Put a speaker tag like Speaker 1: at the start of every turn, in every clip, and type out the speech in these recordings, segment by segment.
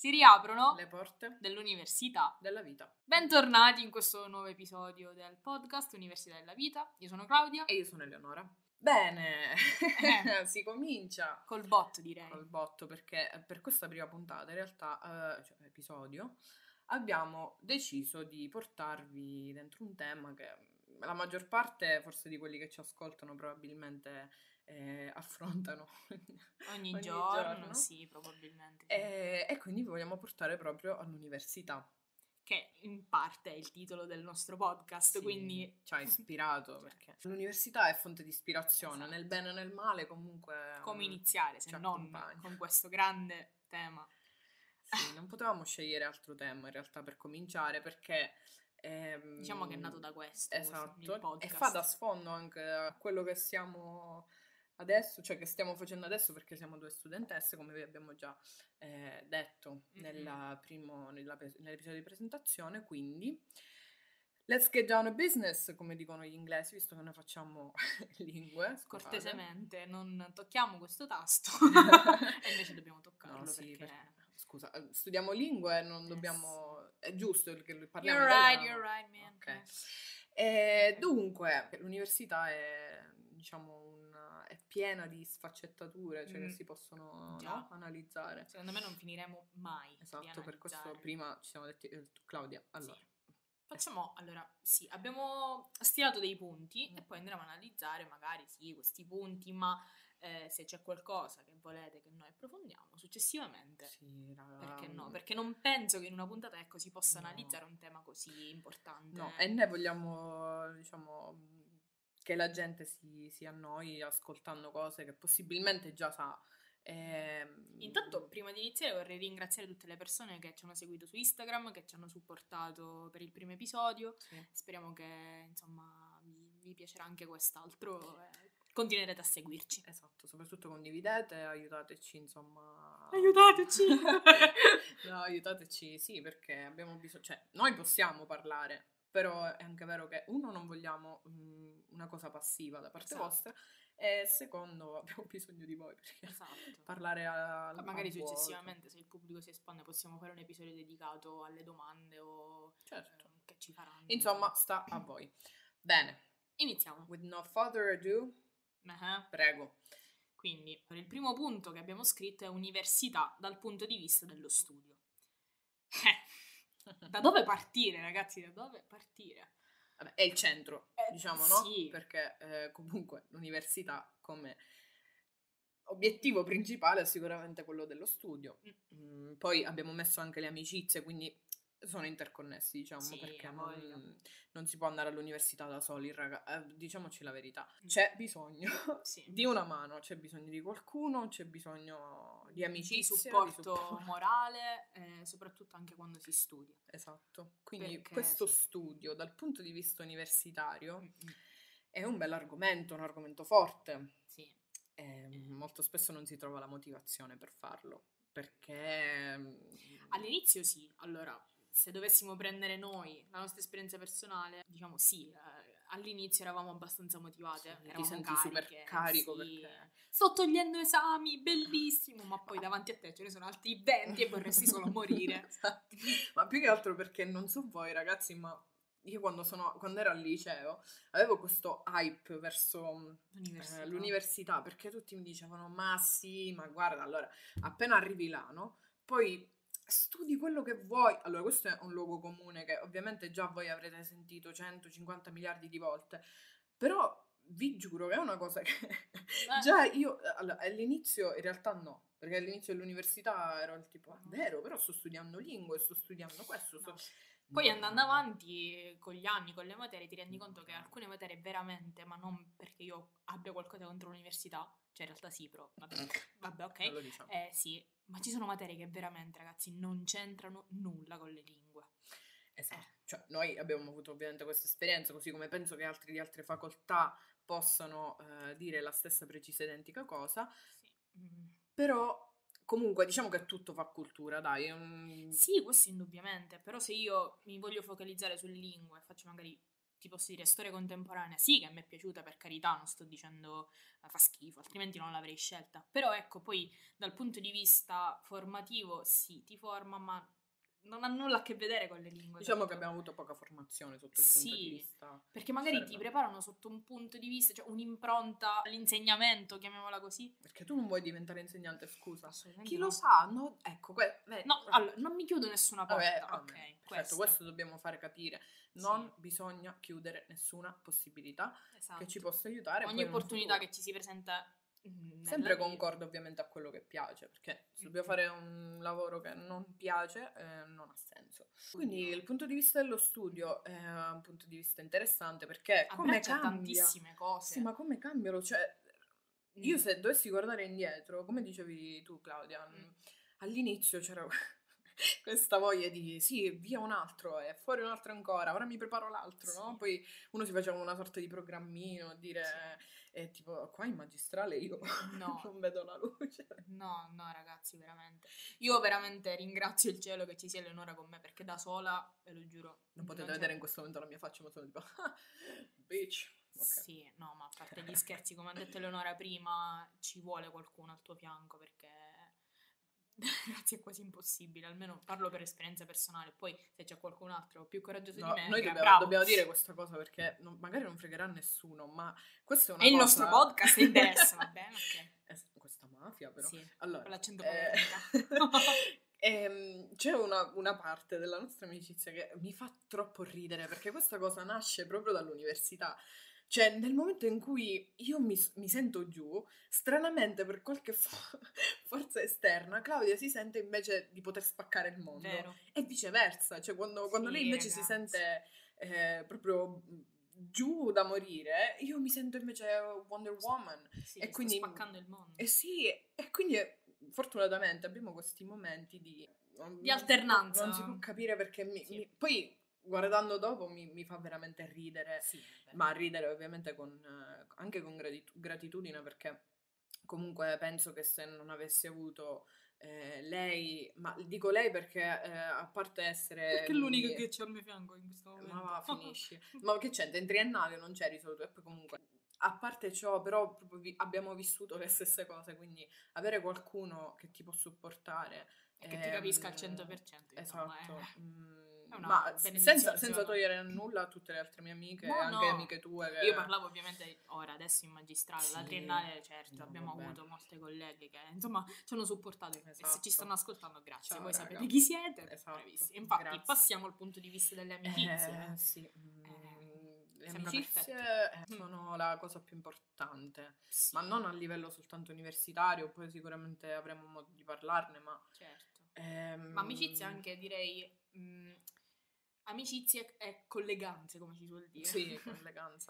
Speaker 1: Si riaprono
Speaker 2: le porte
Speaker 1: dell'università
Speaker 2: della vita.
Speaker 1: Bentornati in questo nuovo episodio del podcast Università della Vita. Io sono Claudia.
Speaker 2: E io sono Eleonora. Bene, si comincia.
Speaker 1: Col botto, direi.
Speaker 2: Col botto, perché per questa prima puntata, in realtà, cioè episodio, abbiamo deciso di portarvi dentro un tema che la maggior parte, forse, di quelli che ci ascoltano probabilmente affrontano
Speaker 1: ogni giorno, sì, probabilmente. Sì.
Speaker 2: E quindi vi vogliamo portare proprio all'università.
Speaker 1: Che in parte è il titolo del nostro podcast,
Speaker 2: sì,
Speaker 1: quindi
Speaker 2: ci ha ispirato, perché l'università è fonte di ispirazione, esatto. Nel bene e nel male comunque.
Speaker 1: Come iniziare se non con questo grande tema?
Speaker 2: Sì, non potevamo scegliere altro tema in realtà per cominciare, perché
Speaker 1: diciamo che è nato da questo,
Speaker 2: esatto,
Speaker 1: il podcast.
Speaker 2: E fa da sfondo anche a quello che siamo adesso, cioè che stiamo facendo adesso, perché siamo due studentesse, come vi abbiamo già detto nell'episodio di presentazione. Quindi let's get down to business, come dicono gli inglesi, visto che noi facciamo lingue. Scusate.
Speaker 1: Cortesemente non tocchiamo questo tasto e invece dobbiamo toccarlo, no, sì, perché...
Speaker 2: Scusa, studiamo lingue, non dobbiamo... È giusto che parliamo
Speaker 1: You're right, man.
Speaker 2: Ok. Okay. Dunque, l'università è, diciamo, è piena di sfaccettature, cioè che si possono analizzare.
Speaker 1: Secondo me non finiremo mai.
Speaker 2: Esatto, per questo prima ci siamo detti, Claudia, allora...
Speaker 1: Sì. Facciamo, allora, sì, abbiamo stilato dei punti e poi andremo a analizzare magari, sì, questi punti, ma se c'è qualcosa che volete che noi approfondiamo successivamente,
Speaker 2: sì, raga,
Speaker 1: perché no? Perché non penso che in una puntata si possa analizzare un tema così importante.
Speaker 2: No, e noi vogliamo, diciamo, che la gente si annoi ascoltando cose che possibilmente già sa.
Speaker 1: Intanto, prima di iniziare, vorrei ringraziare tutte le persone che ci hanno seguito su Instagram, che ci hanno supportato per il primo episodio. Sì. Speriamo che, insomma, vi piacerà anche quest'altro. Continuerete a seguirci.
Speaker 2: Esatto, soprattutto condividete, aiutateci, insomma.
Speaker 1: Aiutateci!
Speaker 2: No, aiutateci, sì, perché abbiamo bisogno, cioè, noi possiamo parlare, però è anche vero che uno, non vogliamo una cosa passiva da parte vostra, e secondo, abbiamo bisogno di voi, perché parlare
Speaker 1: magari successivamente, se il pubblico si espande, possiamo fare un episodio dedicato alle domande o che ci faranno.
Speaker 2: Insomma, sta a voi. Bene.
Speaker 1: Iniziamo.
Speaker 2: With no further ado, prego.
Speaker 1: Quindi, il primo punto che abbiamo scritto è università dal punto di vista dello studio. Da dove partire, ragazzi? Da dove partire?
Speaker 2: Vabbè, è il centro, diciamo,
Speaker 1: sì.
Speaker 2: No? Perché comunque l'università come obiettivo principale è sicuramente quello dello studio. Poi abbiamo messo anche le amicizie, quindi sono interconnessi, diciamo, sì, perché non si può andare all'università da soli, diciamoci la verità. C'è bisogno di una mano, c'è bisogno di qualcuno, c'è bisogno di amicizia,
Speaker 1: di supporto morale, soprattutto anche quando si studia.
Speaker 2: Esatto, quindi questo studio dal punto di vista universitario è un bel argomento, un argomento forte. Sì. Molto spesso non si trova la motivazione per farlo, perché...
Speaker 1: All'inizio sì, allora... Se dovessimo prendere noi la nostra esperienza personale, diciamo sì, all'inizio eravamo abbastanza motivate,
Speaker 2: ti senti super carico, perché
Speaker 1: sto togliendo esami, bellissimo, ma poi davanti a te ce ne sono altri 20 e vorresti solo morire.
Speaker 2: Esatto. Ma più che altro perché non so voi ragazzi, ma io quando ero al liceo avevo questo hype verso l'università, perché tutti mi dicevano ma sì, ma guarda, allora appena arrivi là, no? Poi studi quello che vuoi. Allora, questo è un luogo comune che ovviamente già voi avrete sentito 150 miliardi di volte, però vi giuro che è una cosa che già io all'inizio in realtà no, perché all'inizio dell'università ero il tipo vero, però sto studiando lingue, sto studiando questo,
Speaker 1: Poi andando avanti con gli anni, con le materie, ti rendi conto che alcune materie veramente, ma non perché io abbia qualcosa contro l'università, cioè in realtà sì, però vabbè, ok,
Speaker 2: non lo diciamo.
Speaker 1: Sì, ma ci sono materie che veramente, ragazzi, non c'entrano nulla con le lingue.
Speaker 2: Esatto, cioè noi abbiamo avuto ovviamente questa esperienza, così come penso che altri di altre facoltà possano dire la stessa precisa identica cosa, però comunque diciamo che tutto fa cultura, dai.
Speaker 1: Sì, questo indubbiamente, però se io mi voglio focalizzare sulle lingue, faccio magari ti posso dire, storia contemporanea, sì che a me è piaciuta, per carità, non sto dicendo fa schifo, altrimenti non l'avrei scelta, però ecco, poi dal punto di vista formativo sì, ti forma, ma non ha nulla a che vedere con le lingue.
Speaker 2: Diciamo
Speaker 1: capito?
Speaker 2: che abbiamo avuto poca formazione sotto il punto di vista.
Speaker 1: Perché magari ti preparano sotto un punto di vista, cioè un'impronta all'insegnamento, chiamiamola così.
Speaker 2: Perché tu non vuoi diventare insegnante, scusa.
Speaker 1: Assolutamente
Speaker 2: Chi
Speaker 1: no.
Speaker 2: lo sa? No, ecco,
Speaker 1: no, allora, non mi chiudo nessuna porta.
Speaker 2: Vabbè,
Speaker 1: ok,
Speaker 2: questo dobbiamo fare capire. Non bisogna chiudere nessuna possibilità che ci possa aiutare.
Speaker 1: Ogni opportunità che ci si presenta.
Speaker 2: Sempre concordo ovviamente a quello che piace, perché se dobbiamo fare un lavoro che non piace non ha senso. Quindi il punto di vista dello studio è un punto di vista interessante, perché come cambia
Speaker 1: tantissime cose.
Speaker 2: Sì, ma come cambiano? Cioè, io se dovessi guardare indietro, come dicevi tu Claudia, all'inizio c'era questa voglia di sì, via un altro e fuori un altro ancora, ora mi preparo l'altro, no? Poi uno si faceva una sorta di programmino, dire tipo qua in magistrale io non vedo la luce.
Speaker 1: No, ragazzi, veramente. Io veramente ringrazio il cielo che ci sia Eleonora con me, perché da sola, ve lo giuro.
Speaker 2: Non potete vedere in questo momento la mia faccia, ma sono tipo bitch. Okay.
Speaker 1: Sì, no, ma a parte gli scherzi, come ha detto Eleonora prima, ci vuole qualcuno al tuo fianco, perché ragazzi è quasi impossibile, almeno parlo per esperienza personale. Poi se c'è qualcun altro più coraggioso di me,
Speaker 2: noi dobbiamo dire questa cosa, perché magari non fregherà nessuno, ma questa è una
Speaker 1: cosa...
Speaker 2: il
Speaker 1: nostro podcast interessa, va bene? Ok.
Speaker 2: Questa mafia però.
Speaker 1: Sì,
Speaker 2: allora,
Speaker 1: con l'accento polemica.
Speaker 2: C'è una parte della nostra amicizia che mi fa troppo ridere, perché questa cosa nasce proprio dall'università. Cioè, nel momento in cui io mi sento giù, stranamente per qualche forza esterna, Claudia si sente invece di poter spaccare il mondo.
Speaker 1: Vero.
Speaker 2: E viceversa, cioè quando lei invece si sente proprio giù da morire, io mi sento invece Wonder Woman.
Speaker 1: Sì,
Speaker 2: e quindi
Speaker 1: sto spaccando il mondo.
Speaker 2: Sì, e quindi fortunatamente abbiamo questi momenti di
Speaker 1: alternanza.
Speaker 2: Non si può capire perché poi guardando dopo mi fa veramente ridere, ma ridere ovviamente anche con gratitudine, perché comunque penso che se non avessi avuto lei, ma dico lei perché a parte essere...
Speaker 1: Perché è l'unica che c'è al mio fianco in questo momento.
Speaker 2: Ma va, finisci. Ma che c'è? In triennale non c'eri solo tu, e poi comunque... A parte ciò, però abbiamo vissuto le stesse cose, quindi avere qualcuno che ti può supportare
Speaker 1: e che ti capisca al 100%.
Speaker 2: Esatto.
Speaker 1: Ma
Speaker 2: senza togliere nulla a tutte le altre mie amiche, anche amiche tue. Che...
Speaker 1: Io parlavo ovviamente ora, adesso in magistrale, la triennale, certo, abbiamo avuto molte colleghe che insomma ci hanno supportato. E se ci stanno ascoltando, grazie.
Speaker 2: Ciao,
Speaker 1: voi
Speaker 2: raga.
Speaker 1: sapete chi siete.
Speaker 2: Esatto.
Speaker 1: Bravissimi. Infatti,
Speaker 2: grazie.
Speaker 1: Passiamo al punto di vista delle amicizie.
Speaker 2: Sì. Le
Speaker 1: Sembra
Speaker 2: amicizie sono la cosa più importante,
Speaker 1: sì.
Speaker 2: Ma non a livello soltanto universitario, poi sicuramente avremo modo di parlarne, ma...
Speaker 1: Certo. Ma amicizie anche, direi... amicizie e colleganze, come si suol dire.
Speaker 2: Sì, colleganza.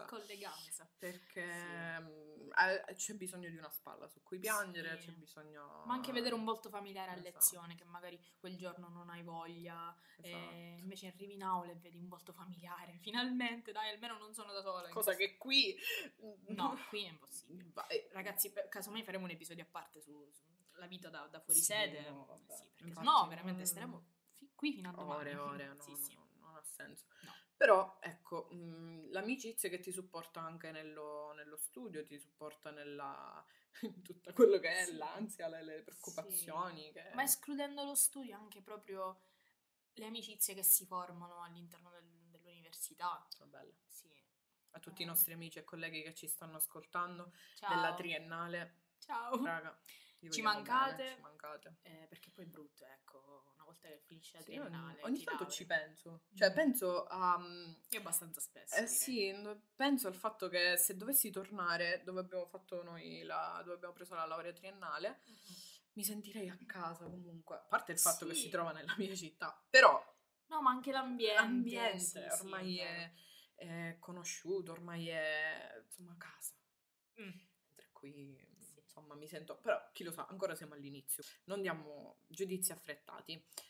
Speaker 2: Perché c'è bisogno di una spalla su cui piangere, c'è bisogno...
Speaker 1: Ma anche vedere un volto familiare a lezione, che magari quel giorno non hai voglia, invece arrivi in aula e vedi un volto familiare, finalmente, dai, almeno non sono da sola.
Speaker 2: Cosa che qui...
Speaker 1: No, qui è impossibile. Ragazzi, casomai faremo un episodio a parte sulla vita da fuori sede.
Speaker 2: No,
Speaker 1: perché no, veramente staremo qui fino a domani.
Speaker 2: Ore, no. Senso.
Speaker 1: No.
Speaker 2: Però ecco, l'amicizia che ti supporta anche nello studio, ti supporta in tutto quello che è l'ansia, le preoccupazioni. Che...
Speaker 1: Ma escludendo lo studio, anche proprio le amicizie che si formano all'interno dell'università.
Speaker 2: Sono belle.
Speaker 1: Sì.
Speaker 2: A tutti i nostri amici e colleghi che ci stanno ascoltando,
Speaker 1: ciao.
Speaker 2: Della triennale.
Speaker 1: Ciao.
Speaker 2: Raga,
Speaker 1: ci mancate.
Speaker 2: Ci mancate.
Speaker 1: Perché poi è brutto, ecco. Volta che finisce la triennale,
Speaker 2: ogni tanto ci penso, cioè penso a...
Speaker 1: Io abbastanza spesso.
Speaker 2: Sì, penso al fatto che se dovessi tornare dove abbiamo fatto noi dove abbiamo preso la laurea triennale, mi sentirei a casa comunque, a parte il fatto che si trova nella mia città, però...
Speaker 1: No, ma anche l'ambiente
Speaker 2: ormai è conosciuto, ormai è insomma a casa. Mentre qui... Insomma, mi sento... Però, chi lo sa, ancora siamo all'inizio. Non diamo giudizi affrettati.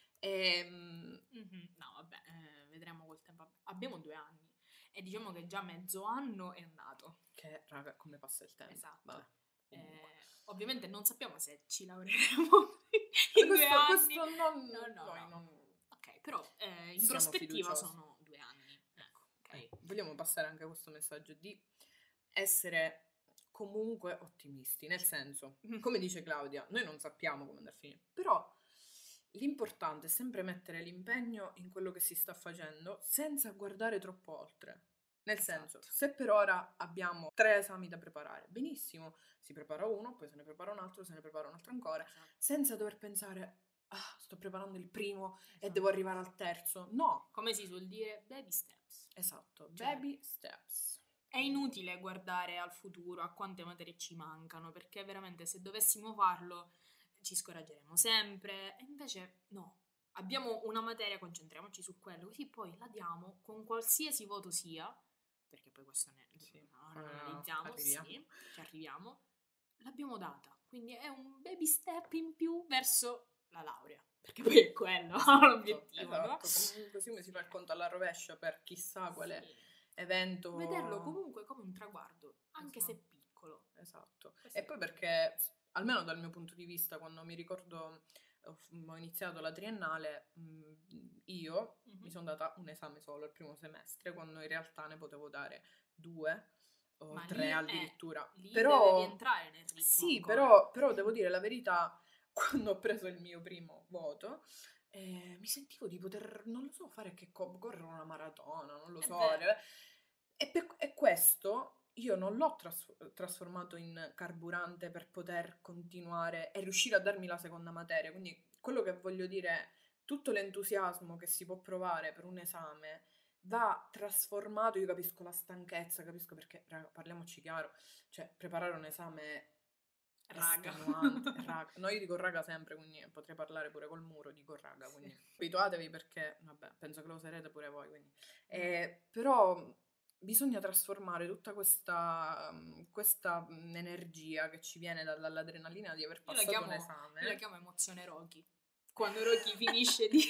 Speaker 1: No, vabbè, vedremo col tempo. Abbiamo 2 anni. E diciamo che già mezzo anno è andato.
Speaker 2: Che, raga, come passa il tempo.
Speaker 1: Esatto.
Speaker 2: Vabbè,
Speaker 1: ovviamente non sappiamo se ci laureeremo in 2 anni.
Speaker 2: Questo no.
Speaker 1: Ok, però in prospettiva sono 2 anni. Ecco, ok.
Speaker 2: vogliamo passare anche questo messaggio di essere comunque ottimisti, nel senso, come dice Claudia, noi non sappiamo come andrà a finire, però l'importante è sempre mettere l'impegno in quello che si sta facendo senza guardare troppo oltre. Nel senso, se per ora abbiamo 3 esami da preparare, benissimo, si prepara uno, poi se ne prepara un altro, se ne prepara un altro ancora, senza dover pensare, sto preparando il primo e devo arrivare al terzo. No.
Speaker 1: Come si suol dire, baby steps.
Speaker 2: Esatto, baby steps.
Speaker 1: È inutile guardare al futuro, a quante materie ci mancano, perché veramente se dovessimo farlo ci scoraggeremo sempre, e invece no. Abbiamo una materia, concentriamoci su quello, così poi la diamo con qualsiasi voto sia, perché poi questo non analizziamo, ci arriviamo, l'abbiamo data. Quindi è un baby step in più verso la laurea, perché poi è quello l'obiettivo.
Speaker 2: Esatto. Così si fa il conto alla rovescia per chissà quale evento.
Speaker 1: Vederlo comunque come un traguardo, anche se piccolo.
Speaker 2: Esatto. E poi perché, almeno dal mio punto di vista, quando mi ricordo ho iniziato la triennale, io mi sono data un esame solo il primo semestre, quando in realtà ne potevo dare 2 o 3 addirittura.
Speaker 1: Lì
Speaker 2: però
Speaker 1: devi entrare nel ritmo.
Speaker 2: Sì,
Speaker 1: ancora.
Speaker 2: però devo dire la verità, quando ho preso il mio primo voto, mi sentivo di poter, non lo so, fare correre una maratona, non lo so. E questo io non l'ho trasformato in carburante per poter continuare e riuscire a darmi la seconda materia. Quindi quello che voglio dire è, tutto l'entusiasmo che si può provare per un esame va trasformato. Io capisco la stanchezza, capisco perché, raga, parliamoci chiaro, cioè preparare un esame
Speaker 1: raga.
Speaker 2: No, io dico raga sempre, quindi potrei parlare pure col muro, dico raga, quindi abituatevi, perché vabbè, penso che lo userete pure voi, quindi. Però bisogna trasformare tutta questa energia che ci viene dall'adrenalina di aver passato un esame.
Speaker 1: Io la chiamo emozione Rocky. Quando Rocky finisce di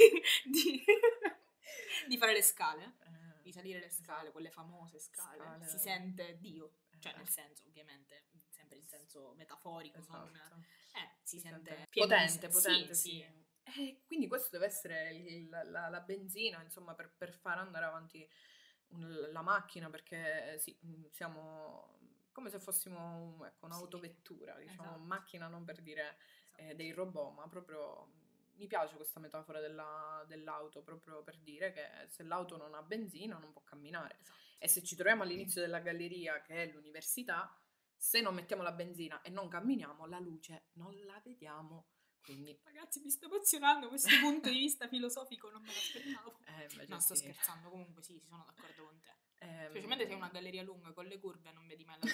Speaker 1: fare le scale, di salire le scale, quelle famose scale. Si sente Dio, cioè nel senso, ovviamente, sempre in senso metaforico,
Speaker 2: esatto.
Speaker 1: Si sente
Speaker 2: potente, sì. E quindi questo deve essere la benzina, insomma, per far andare avanti la macchina, perché sì, siamo come se fossimo un'autovettura, diciamo, esatto. Macchina, non per dire dei robot, ma proprio mi piace questa metafora dell'auto, proprio per dire che se l'auto non ha benzina non può camminare. Esatto. E se ci troviamo all'inizio della galleria, che è l'università, se non mettiamo la benzina e non camminiamo, la luce non la vediamo. Quindi,
Speaker 1: ragazzi, mi sto emozionando, questo punto di vista filosofico non me l'aspettavo. No, sto scherzando, comunque sì, sono d'accordo con te. Specialmente se è una galleria lunga con le curve non vedi mai la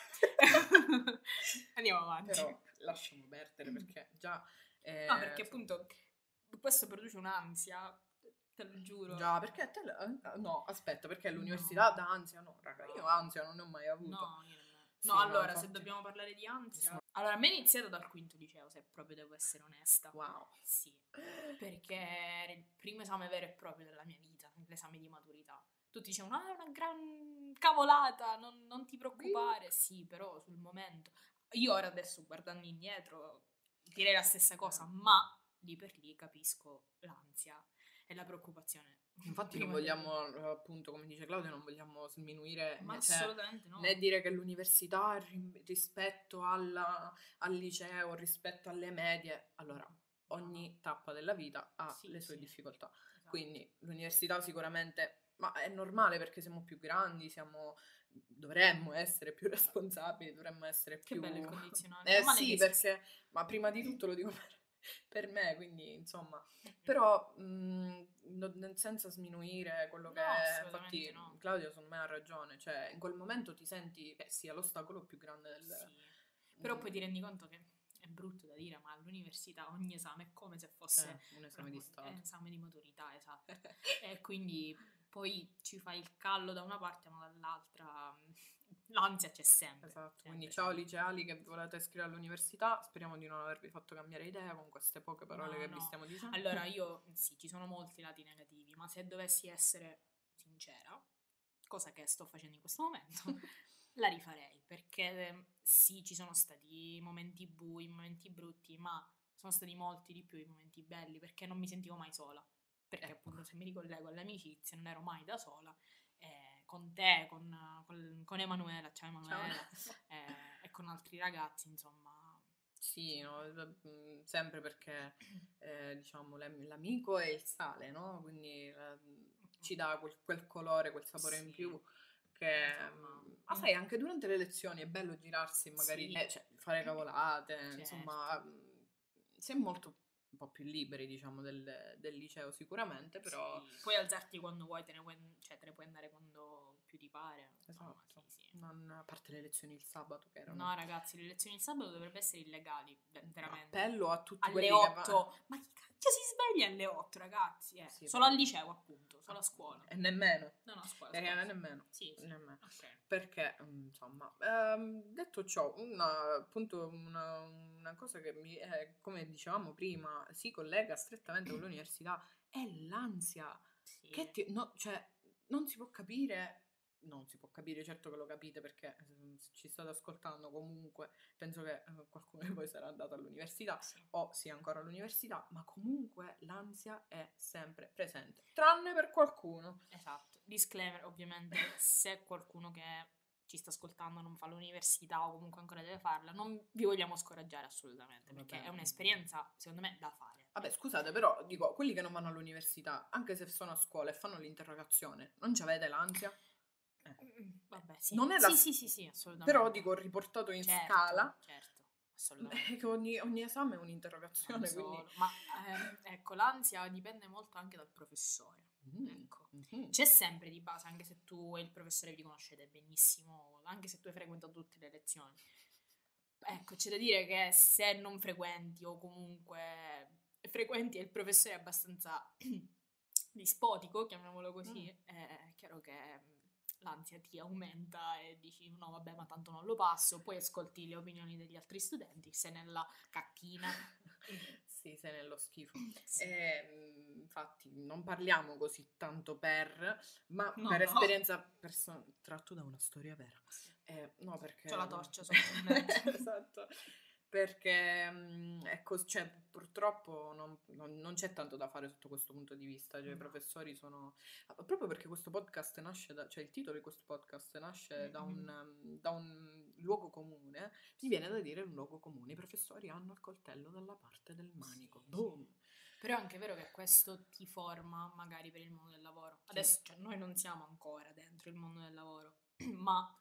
Speaker 1: luce. Andiamo avanti.
Speaker 2: Però lasciamo perdere, perché già...
Speaker 1: no, perché appunto questo produce un'ansia, te lo giuro.
Speaker 2: Già, perché a te... No, aspetta, perché l'università dà ansia? No, raga, io ansia non ne ho mai avuto.
Speaker 1: No, io no, allora, se dobbiamo parlare di ansia... Allora, a me è iniziato dal quinto liceo, se proprio devo essere onesta.
Speaker 2: Wow.
Speaker 1: Sì, perché era il primo esame vero e proprio della mia vita, l'esame di maturità. Tutti dicevano, è una gran cavolata, non ti preoccupare. Sì, però sul momento... Io ora adesso, guardando indietro, direi la stessa cosa, ma lì per lì capisco l'ansia e la preoccupazione.
Speaker 2: Infatti non vogliamo, appunto, come dice Claudia, non vogliamo sminuire,
Speaker 1: ma assolutamente no,
Speaker 2: né dire che l'università rispetto al liceo, rispetto alle medie, allora ogni tappa della vita ha le sue difficoltà. Esatto. Quindi l'università sicuramente, ma è normale, perché siamo più grandi, dovremmo essere più responsabili, dovremmo essere più...
Speaker 1: Che bello il condizionale.
Speaker 2: Sì, perché, ma prima di tutto lo dico per me, quindi insomma, però senza sminuire quello che è, infatti Claudia secondo me ha ragione, cioè in quel momento ti senti che sia l'ostacolo più grande del...
Speaker 1: Sì. Però poi ti rendi conto che è brutto da dire, ma all'università ogni esame è come se fosse
Speaker 2: un esame di stato,
Speaker 1: un esame di maturità, esatto. E quindi poi ci fai il callo da una parte, ma dall'altra l'ansia c'è sempre.
Speaker 2: Esatto, quindi ciao liceali che volete iscrivere all'università, speriamo di non avervi fatto cambiare idea con queste poche parole che vi stiamo dicendo.
Speaker 1: Allora sì, ci sono molti lati negativi, ma se dovessi essere sincera, cosa che sto facendo in questo momento, la rifarei, perché sì, ci sono stati momenti bui, momenti brutti, ma sono stati molti di più i momenti belli, perché non mi sentivo mai sola, perché appunto se mi ricollego alle amicizie non ero mai da sola, con te, con Emanuela, ciao Emanuela, e con altri ragazzi, insomma.
Speaker 2: Sì, no, sempre perché diciamo l'amico è il sale, no? Quindi ci dà quel colore, quel sapore in più che... Ma sai, anche durante le lezioni è bello girarsi, magari cioè, fare cavolate,
Speaker 1: certo.
Speaker 2: insomma, si è molto un po' più liberi, diciamo, del liceo sicuramente, però...
Speaker 1: Sì. Puoi alzarti quando vuoi, te ne puoi andare quando più ti pare.
Speaker 2: Esatto.
Speaker 1: Sì.
Speaker 2: Non, a parte le lezioni il sabato che erano...
Speaker 1: No, ragazzi, le lezioni il sabato dovrebbero essere illegali, veramente.
Speaker 2: Appello a tutti
Speaker 1: alle
Speaker 2: quelli
Speaker 1: 8. Ma chi cacchio si sveglia alle 8, ragazzi?
Speaker 2: Sì,
Speaker 1: solo al liceo, appunto, solo a scuola.
Speaker 2: E nemmeno.
Speaker 1: No, a scuola.
Speaker 2: Nemmeno.
Speaker 1: Sì.
Speaker 2: Nemmeno.
Speaker 1: Okay.
Speaker 2: Perché, insomma, detto ciò, appunto una cosa che come dicevamo prima, si collega strettamente con l'università è l'ansia.
Speaker 1: Sì.
Speaker 2: Che cioè, non si può capire. Non si può capire, certo che lo capite perché ci state ascoltando comunque, penso che qualcuno di voi sarà andato all'università o sia ancora all'università, ma comunque l'ansia è sempre presente, tranne per qualcuno.
Speaker 1: Esatto, disclaimer ovviamente, se qualcuno che ci sta ascoltando non fa l'università o comunque ancora deve farla, non vi vogliamo scoraggiare assolutamente, perché è un'esperienza secondo me da fare.
Speaker 2: Vabbè, scusate, però dico, quelli che non vanno all'università, anche se sono a scuola e fanno l'interrogazione, non ci avete l'ansia?
Speaker 1: Vabbè, sì.
Speaker 2: Non è
Speaker 1: sì, assolutamente.
Speaker 2: Però dico, riportato in scala,
Speaker 1: certo, assolutamente.
Speaker 2: ogni esame è un'interrogazione, quindi...
Speaker 1: Ma ecco, l'ansia dipende molto anche dal professore. Ecco.
Speaker 2: Mm-hmm.
Speaker 1: C'è sempre di base, anche se tu e il professore vi conoscete benissimo, anche se tu hai frequentato tutte le lezioni. Ecco, c'è da dire che se non frequenti o comunque frequenti e il professore è abbastanza dispotico, chiamiamolo così, è chiaro che l'ansia ti aumenta e dici no vabbè ma tanto non lo passo, poi ascolti le opinioni degli altri studenti, sei nella cacchina.
Speaker 2: Sì, sei nello schifo. Sì. Infatti non parliamo così tanto ma per esperienza tratto da una storia vera. No, perché...
Speaker 1: C'ho la torcia sotto il mezzo.
Speaker 2: Esatto. Perché ecco, cioè, purtroppo non c'è tanto da fare sotto questo punto di vista, cioè, i professori sono... Proprio perché questo podcast nasce cioè il titolo di questo podcast nasce da un luogo comune, mi viene da dire un luogo comune, i professori hanno il coltello dalla parte del manico, boom!
Speaker 1: Però è anche vero che questo ti forma magari per il mondo del lavoro. Adesso cioè, noi non siamo ancora dentro il mondo del lavoro, ma...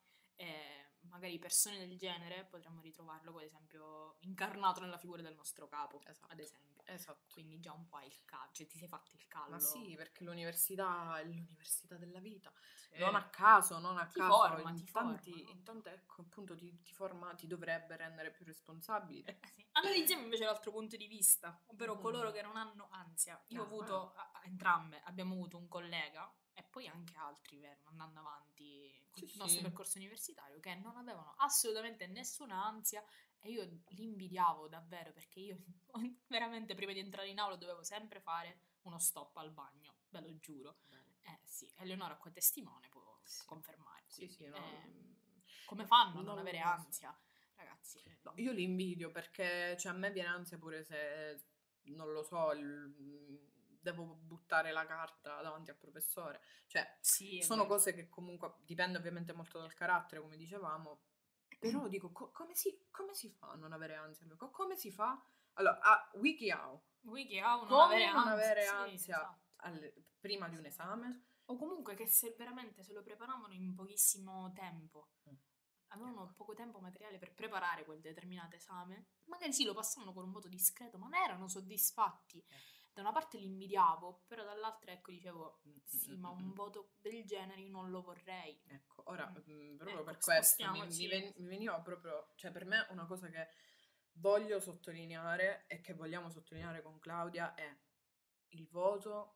Speaker 1: magari persone del genere potremmo ritrovarlo, ad esempio, incarnato nella figura del nostro capo, ad esempio.
Speaker 2: Esatto.
Speaker 1: Quindi già un po' hai il callo, cioè ti sei fatto il callo.
Speaker 2: Ma sì, perché l'università è l'università della vita.
Speaker 1: Sì.
Speaker 2: Non a caso,
Speaker 1: ti forma.
Speaker 2: ecco, appunto ti forma, ti dovrebbe rendere più responsabili.
Speaker 1: Sì. Analizziamo invece l'altro punto di vista, ovvero coloro che non hanno ansia. Io ho avuto, entrambe, abbiamo avuto un collega e poi anche altri, andando avanti con il nostro percorso universitario, che non avevano assolutamente nessuna ansia e io li invidiavo davvero perché io veramente prima di entrare in aula dovevo sempre fare uno stop al bagno, ve lo giuro. Sì, Eleonora qua testimone può confermare. Quindi, come fanno a non avere ansia? Ragazzi,
Speaker 2: no, io li invidio perché cioè, a me viene ansia pure se non lo so, devo buttare la carta davanti al professore, cioè sono cose che comunque dipende ovviamente molto dal carattere, come dicevamo, però dico come si fa a non avere ansia? Come si fa? Allora, WikiHow
Speaker 1: non avere
Speaker 2: ansia prima di un esame?
Speaker 1: O comunque che se veramente se lo preparavano in pochissimo tempo, avevano poco tempo materiale per preparare quel determinato esame, magari sì lo passavano con un voto discreto, ma ne erano soddisfatti. Da una parte li invidiavo, però dall'altra ecco dicevo sì, ma un voto del genere io non lo vorrei.
Speaker 2: Ecco, ora proprio per questo mi veniva proprio, cioè per me una cosa che voglio sottolineare e che vogliamo sottolineare con Claudia è il voto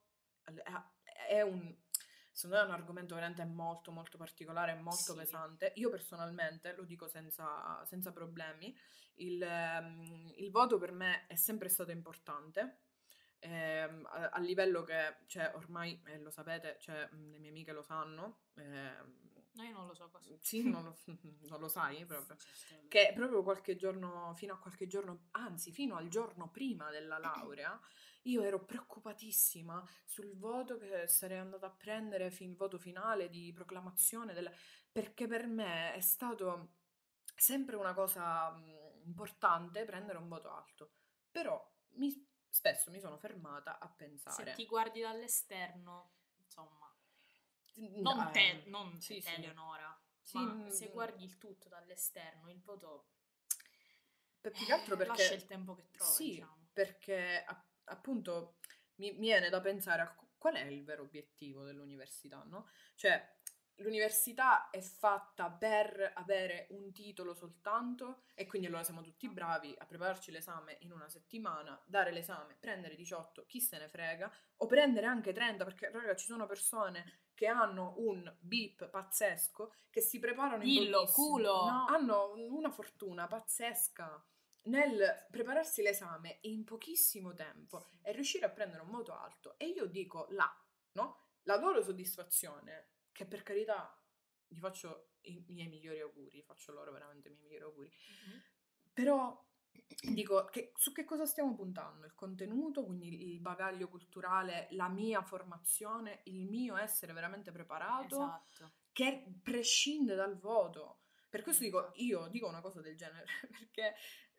Speaker 2: secondo me è un argomento veramente molto molto particolare, molto pesante. Io personalmente lo dico senza problemi, il voto per me è sempre stato importante, a livello che, cioè ormai lo sapete, cioè, le mie amiche lo sanno,
Speaker 1: No, io non lo so cosa.
Speaker 2: Sì, non lo sai proprio. Che proprio qualche giorno, fino a qualche giorno, anzi fino al giorno prima della laurea, io ero preoccupatissima sul voto che sarei andata a prendere, il voto finale di proclamazione, perché per me è stato sempre una cosa importante prendere un voto alto. Però spesso mi sono fermata a pensare.
Speaker 1: Se ti guardi dall'esterno, insomma, non te,
Speaker 2: sì,
Speaker 1: Eleonora,
Speaker 2: sì,
Speaker 1: ma se guardi il tutto dall'esterno, il voto
Speaker 2: più che altro perché
Speaker 1: lascia il tempo che trova,
Speaker 2: sì,
Speaker 1: diciamo.
Speaker 2: perché appunto mi viene da pensare a qual è il vero obiettivo dell'università, no? Cioè, l'università è fatta per avere un titolo soltanto e quindi allora siamo tutti bravi a prepararci l'esame in una settimana, dare l'esame, prendere 18, chi se ne frega, o prendere anche 30, perché raga, ci sono persone che hanno un bip pazzesco, che si preparano in
Speaker 1: Dillo,
Speaker 2: pochissimo,
Speaker 1: culo!
Speaker 2: no? Hanno una fortuna pazzesca nel prepararsi l'esame in pochissimo tempo e riuscire a prendere un voto alto. E io dico là, no? La loro soddisfazione, che per carità gli faccio i miei migliori auguri, faccio loro veramente i miei migliori auguri, però dico, su che cosa stiamo puntando? Il contenuto, quindi il bagaglio culturale, la mia formazione, il mio essere veramente preparato,
Speaker 1: esatto,
Speaker 2: che prescinde dal voto. Per questo dico, io dico una cosa del genere, perché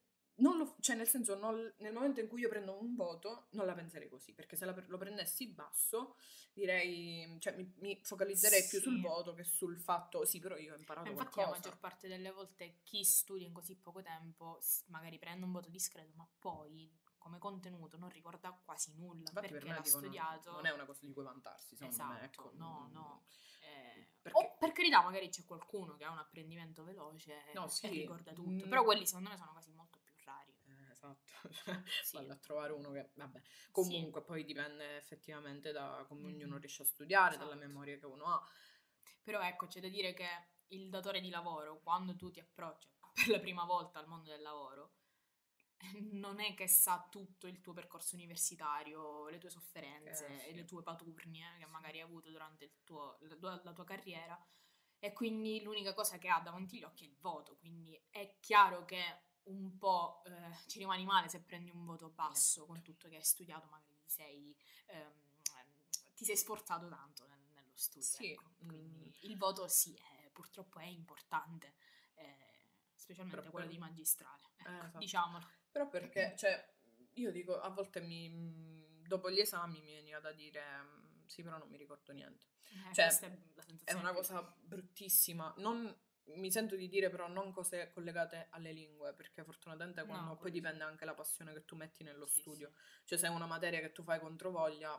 Speaker 2: cioè nel senso, nel momento in cui io prendo un voto, non la penserei così, perché se lo prendessi basso, direi, cioè mi focalizzerei più sul voto che sul fatto, sì, però io ho imparato
Speaker 1: infatti
Speaker 2: qualcosa.
Speaker 1: la maggior parte delle volte chi studia in così poco tempo magari prende un voto discreto, ma poi come contenuto non ricorda quasi nulla.
Speaker 2: Infatti
Speaker 1: perché
Speaker 2: per me
Speaker 1: l'ha
Speaker 2: dico,
Speaker 1: studiato.
Speaker 2: non è una cosa di cui vantarsi, secondo
Speaker 1: Esatto,
Speaker 2: me, ecco.
Speaker 1: no.
Speaker 2: Perché...
Speaker 1: O per carità magari c'è qualcuno che ha un apprendimento veloce e ricorda tutto, però quelli secondo me sono quasi molto più rari.
Speaker 2: Esatto,
Speaker 1: Sì.
Speaker 2: vado a trovare uno che, vabbè, comunque
Speaker 1: sì.
Speaker 2: poi dipende effettivamente da come ognuno riesce a studiare,
Speaker 1: Esatto.
Speaker 2: dalla memoria che uno ha.
Speaker 1: Però ecco, c'è da dire che il datore di lavoro, quando tu ti approcci per la prima volta al mondo del lavoro, non è che sa tutto il tuo percorso universitario, le tue sofferenze e le tue paturnie che magari hai avuto durante la tua carriera, e quindi l'unica cosa che ha davanti agli occhi è il voto, quindi è chiaro che un po' ci rimani male se prendi un voto basso con tutto che hai studiato, magari ti sei sforzato tanto nello studio.
Speaker 2: Sì.
Speaker 1: Ecco. Quindi il voto sì, purtroppo è importante, specialmente quello di magistrale,
Speaker 2: esatto.
Speaker 1: diciamolo.
Speaker 2: Però perché, cioè, io dico, a volte dopo gli esami mi veniva da dire, sì, però non mi ricordo niente. Cioè, è una cosa bruttissima. Non, mi sento di dire però non cose collegate alle lingue, perché fortunatamente quando poi dipende anche la passione che tu metti nello studio. Cioè, se è una materia che tu fai controvoglia,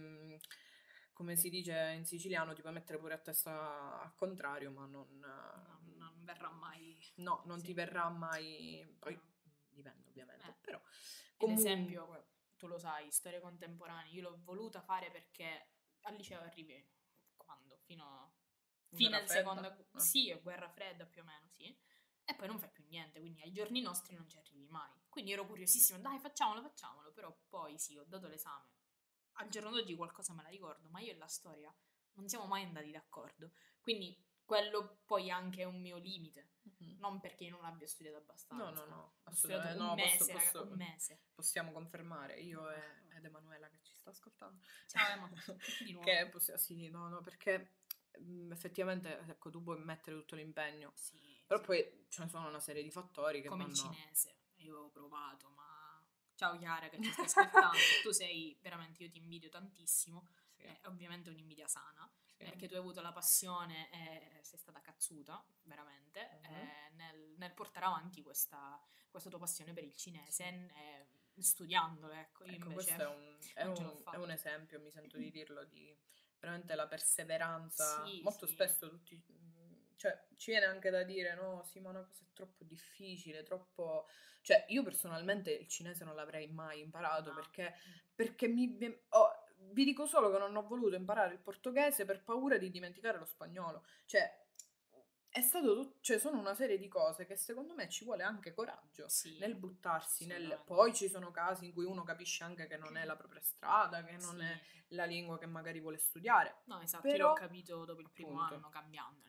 Speaker 2: come si dice in siciliano, ti puoi mettere pure a testa al contrario, ma
Speaker 1: non verrà mai.
Speaker 2: No, non ti verrà mai. Poi dipende ovviamente, però.
Speaker 1: Ad esempio, tu lo sai, storia contemporanea, io l'ho voluta fare perché al liceo arrivi quando? Fino al secondo. Sì, guerra fredda più o meno, sì. E poi non fai più niente, quindi ai giorni nostri non ci arrivi mai. Quindi ero curiosissima, dai, facciamolo, però poi sì, ho dato l'esame. Al giorno d'oggi qualcosa me la ricordo, ma io e la storia non siamo mai andati d'accordo. Quindi quello poi anche è un mio limite. Non perché io non abbia studiato abbastanza.
Speaker 2: No,
Speaker 1: assolutamente. Un mese.
Speaker 2: Possiamo confermare, io ed Emanuela che ci sta ascoltando.
Speaker 1: Ciao Ema, di nuovo.
Speaker 2: Sì, no, perché effettivamente, ecco, tu puoi mettere tutto l'impegno,
Speaker 1: sì,
Speaker 2: però poi ce ne sono una serie di fattori che
Speaker 1: come
Speaker 2: vanno...
Speaker 1: il cinese, io ho provato, ma... Ciao Chiara che ci stai ascoltando, tu sei veramente, io ti invidio tantissimo, ovviamente un'invidia sana, perché tu hai avuto la passione e sei stata cazzuta, veramente, nel portare avanti questa tua passione per il cinese, studiandolo, ecco. Io invece
Speaker 2: questo è un esempio, mi sento di dirlo, di veramente la perseveranza. Molto spesso tutti... Cioè, ci viene anche da dire, no, sì, ma una cosa è troppo difficile, troppo... Cioè, io personalmente il cinese non l'avrei mai imparato, perché vi dico solo che non ho voluto imparare il portoghese per paura di dimenticare lo spagnolo. Cioè, è stato cioè, sono una serie di cose che secondo me ci vuole anche coraggio nel buttarsi, poi ci sono casi in cui uno capisce anche che non è la propria strada, che non è la lingua che magari vuole studiare.
Speaker 1: No, esatto,
Speaker 2: però,
Speaker 1: io l'ho capito dopo il primo anno cambiandola, infatti.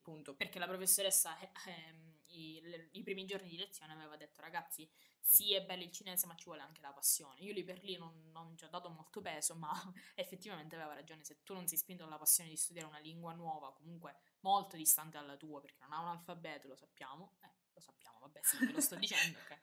Speaker 2: punto.
Speaker 1: Perché la professoressa i primi giorni di lezione aveva detto: ragazzi, sì, è bello il cinese, ma ci vuole anche la passione. Io lì per lì non ci ho dato molto peso, ma effettivamente aveva ragione. Se tu non sei spinto dalla passione di studiare una lingua nuova, comunque molto distante dalla tua, perché non ha un alfabeto, lo sappiamo, vabbè, sì, ve lo sto dicendo, ok?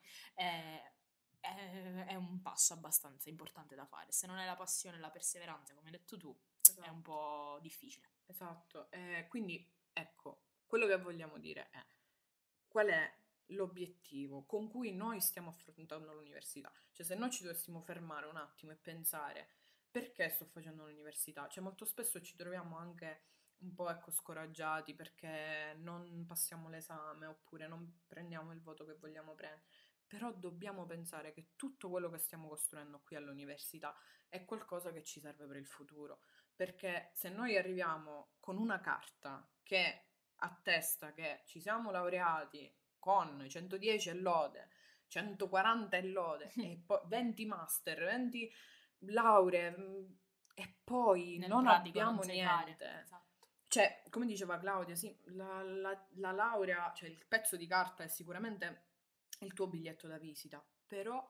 Speaker 1: È un passo abbastanza importante da fare. Se non hai la passione e la perseveranza, come hai detto tu,
Speaker 2: Esatto.
Speaker 1: è un po' difficile.
Speaker 2: Esatto, quindi ecco, quello che vogliamo dire è: qual è l'obiettivo con cui noi stiamo affrontando l'università? Cioè, se noi ci dovessimo fermare un attimo e pensare: perché sto facendo l'università? Cioè, molto spesso ci troviamo anche un po', ecco, scoraggiati perché non passiamo l'esame oppure non prendiamo il voto che vogliamo prendere. Però dobbiamo pensare che tutto quello che stiamo costruendo qui all'università è qualcosa che ci serve per il futuro. Perché se noi arriviamo con una carta che attesta che ci siamo laureati con 110 e lode, 140 e lode, e poi 20 master, 20 lauree, e poi
Speaker 1: Nel
Speaker 2: non
Speaker 1: pratico
Speaker 2: abbiamo
Speaker 1: non sai
Speaker 2: niente.
Speaker 1: fare. Esatto.
Speaker 2: Cioè, come diceva Claudia, sì, la laurea, cioè il pezzo di carta è sicuramente il tuo biglietto da visita, però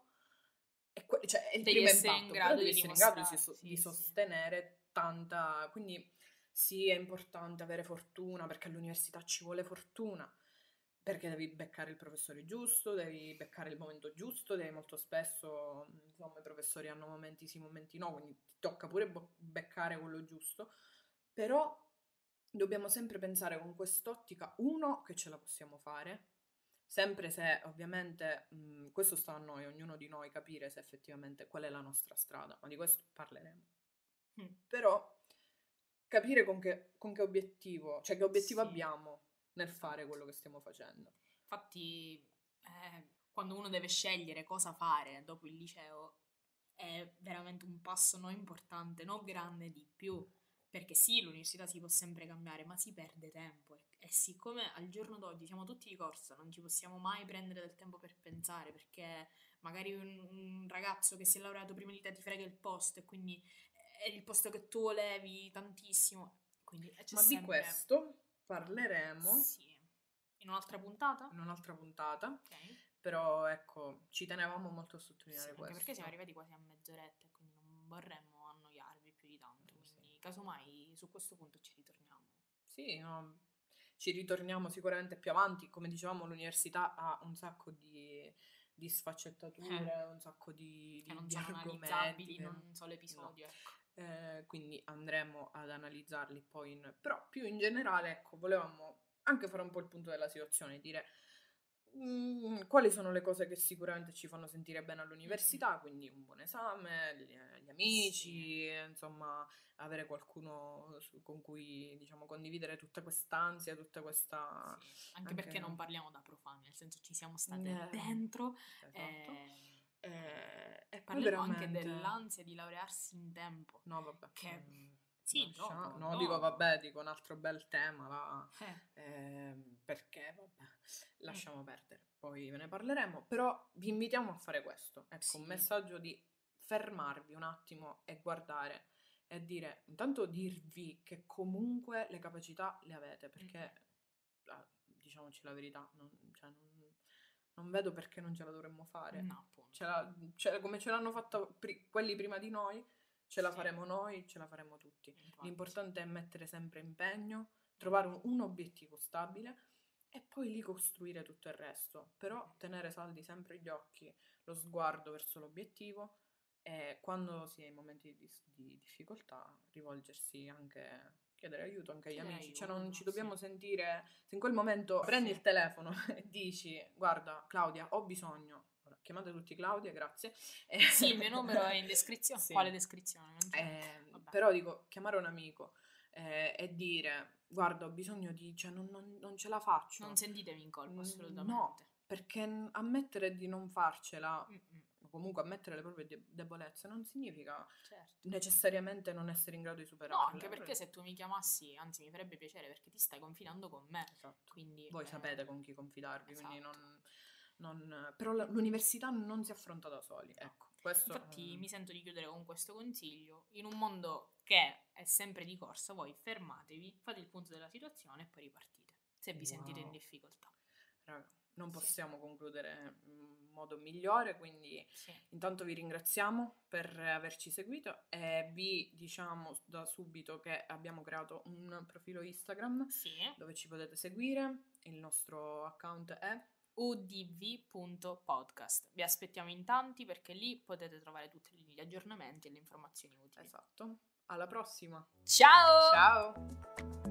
Speaker 2: cioè, è il
Speaker 1: Devi
Speaker 2: primo
Speaker 1: essere in
Speaker 2: impatto, però
Speaker 1: grado
Speaker 2: devi
Speaker 1: di
Speaker 2: essere in grado
Speaker 1: dimostrare.
Speaker 2: di sostenere tanta. Quindi sì, è importante avere fortuna, perché all'università ci vuole fortuna, perché devi beccare il professore giusto, devi beccare il momento giusto, devi molto spesso, insomma, i professori hanno momenti sì, momenti no, quindi ti tocca pure beccare quello giusto, però dobbiamo sempre pensare con quest'ottica, uno, che ce la possiamo fare, sempre se ovviamente questo sta a noi, ognuno di noi, capire se effettivamente qual è la nostra strada, ma di questo parleremo. Però capire con che obiettivo, cioè che obiettivo abbiamo nel fare quello che stiamo facendo.
Speaker 1: Infatti, quando uno deve scegliere cosa fare dopo il liceo, è veramente un passo non importante, non grande di più. Perché sì, l'università si può sempre cambiare, ma si perde tempo. E siccome al giorno d'oggi siamo tutti di corsa, non ci possiamo mai prendere del tempo per pensare, perché magari un ragazzo che si è laureato prima di te ti frega il posto e quindi è il posto che tu volevi tantissimo. Quindi c'è
Speaker 2: Ma
Speaker 1: sempre...
Speaker 2: di questo parleremo
Speaker 1: Sì. In un'altra puntata?
Speaker 2: in un'altra puntata,
Speaker 1: Ok.
Speaker 2: però ecco, ci tenevamo molto a sottolineare
Speaker 1: Sì, anche
Speaker 2: questo.
Speaker 1: perché siamo arrivati quasi a mezz'oretta e quindi non vorremmo annoiarvi più di tanto. Quindi, casomai, su questo punto ci ritorniamo.
Speaker 2: Sì, no, ci ritorniamo sicuramente più avanti. Come dicevamo, l'università ha un sacco di sfaccettature, un sacco di
Speaker 1: che non sono
Speaker 2: argomenti.
Speaker 1: analizzabili in un solo episodio,
Speaker 2: No.
Speaker 1: ecco.
Speaker 2: Quindi andremo ad analizzarli poi però più in generale, ecco, volevamo anche fare un po' il punto della situazione, dire quali sono le cose che sicuramente ci fanno sentire bene all'università, quindi un buon esame, gli amici, insomma, avere qualcuno con cui, diciamo, condividere tutta quest'ansia, tutta questa...
Speaker 1: Sì, anche perché non parliamo da profani, nel senso ci siamo state dentro.
Speaker 2: Esatto. E poi
Speaker 1: Parleremo anche
Speaker 2: veramente...
Speaker 1: dell'ansia di laurearsi in tempo.
Speaker 2: No, vabbè.
Speaker 1: Che... Sì, dopo.
Speaker 2: Dico, vabbè, dico un altro bel tema, va, perché, vabbè, lasciamo perdere, poi ve ne parleremo, però vi invitiamo a fare questo, ecco, un messaggio di fermarvi un attimo e guardare e dire, intanto dirvi che comunque le capacità le avete, perché, diciamoci la verità, non vedo perché non ce la dovremmo fare.
Speaker 1: No, appunto.
Speaker 2: Come ce l'hanno fatto quelli prima di noi, ce la faremo noi, ce la faremo tutti.
Speaker 1: Infatti.
Speaker 2: L'importante è mettere sempre impegno, trovare un obiettivo stabile e poi lì costruire tutto il resto. Però tenere saldi sempre gli occhi, lo sguardo verso l'obiettivo e quando si è in momenti di difficoltà rivolgersi anche, chiedere aiuto anche agli amici. Cioè non ci dobbiamo sentire, se in quel momento prendi il telefono e dici guarda Claudia ho bisogno, chiamate tutti Claudia, grazie.
Speaker 1: Sì, il mio numero è in descrizione.
Speaker 2: Sì.
Speaker 1: Quale descrizione?
Speaker 2: Però dico, chiamare un amico e dire guarda ho bisogno di, cioè non ce la faccio.
Speaker 1: Non sentitevi in colpa assolutamente.
Speaker 2: No, perché ammettere di non farcela, o comunque ammettere le proprie debolezze non significa necessariamente non essere in grado di superarle.
Speaker 1: No, anche perché se tu mi chiamassi, anzi mi farebbe piacere perché ti stai confidando con me.
Speaker 2: Esatto.
Speaker 1: Quindi,
Speaker 2: voi sapete con chi confidarvi,
Speaker 1: esatto.
Speaker 2: quindi però l'università non si affronta da soli, ecco. Questo,
Speaker 1: infatti mi sento di chiudere con questo consiglio. In un mondo che è sempre di corsa, voi fermatevi, fate il punto della situazione e poi ripartite. se vi sentite in difficoltà.
Speaker 2: Raga, non possiamo concludere in modo migliore, quindi intanto vi ringraziamo per averci seguito e vi diciamo da subito che abbiamo creato un profilo Instagram dove ci potete seguire. Il nostro account è
Speaker 1: udv.podcast. Vi aspettiamo in tanti perché lì potete trovare tutti gli aggiornamenti e le informazioni utili.
Speaker 2: Esatto. Alla prossima.
Speaker 1: Ciao!
Speaker 2: Ciao!